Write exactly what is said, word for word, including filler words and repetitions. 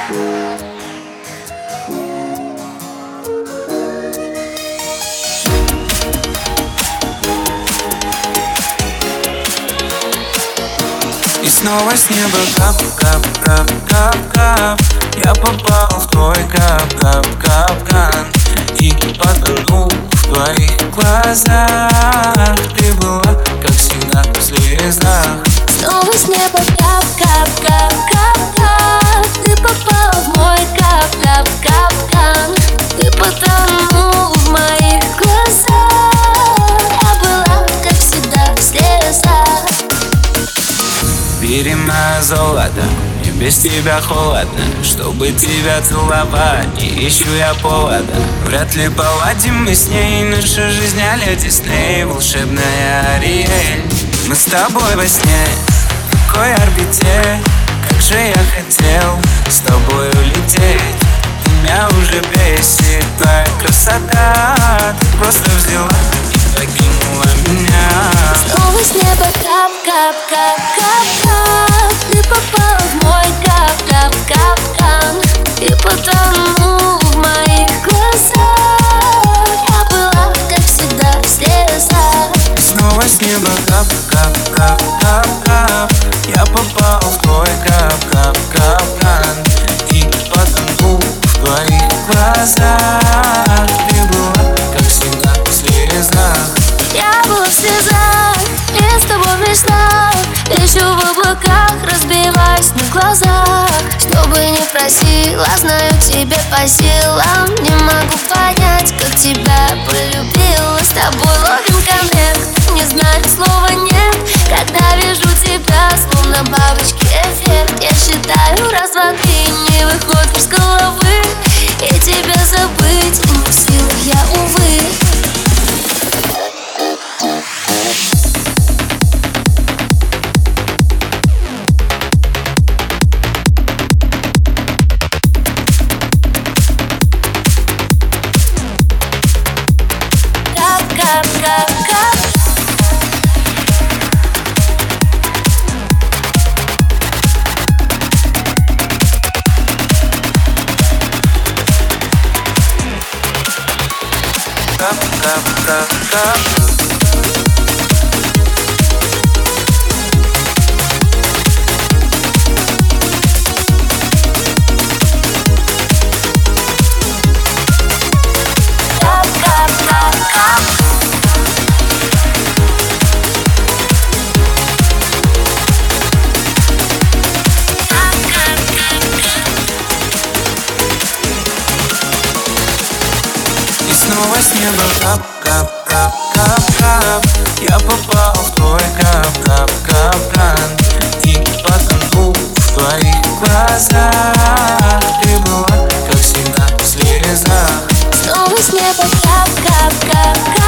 И снова с неба кап-кап-кап-кап-кап. Я попал в твой кап-кап-капкан и потонул в твоих глазах. Ты была, как всегда, в слезах. Снова с неба кап-кап-кап-кап-кап. Ты попал в мой кап-кап-капкан. Ты потонул в моих глазах. Я была, как всегда, в слезах. Беременна золото, мне без тебя холодно. Чтобы тебя целовать, не ищу я повода. Вряд ли поладим мы с ней, наша жизнь а-ля Дисней. Волшебная Ариэль, мы с тобой во сне, в какой орбите. Как же я хотел с тобой улететь. Меня уже бесит твоя красота. Ты просто взяла и покинула меня. Снова с неба кап-кап-кап-кап-кап. Ты попал в мой кап-кап-капкан и потонул в моих глазах. Я была, как всегда, в слезах. Снова с неба кап-кап-кап-кап-кап. Я попал в твой кап-кап-капкан и потонул в твоих глазах. Ты была, как всегда, в слезах. Я была в слезах, я с тобой мечтал. Лечу в облаках, разбиваюсь на глазах. Что бы ни просила, знаю, тебе по силам. Не могу понять, как тебя полюбила. С тобой ловим коннект, не знаю слова нет. Когда вижу тебя, словно бабочки эффект. Я считаю раз, два, три, не выходишь с головы. И тебя забыть не в силах я, увы. Кап-кап-кап-кап. Кап-кап-кап-кап. И снова с неба кап-кап-кап-кап-кап. Я попал в твой кап-кап-капкан и потонул в твоих глазах. Ты была, как всегда, в слезах. Снова с неба кап-кап-кап-кап.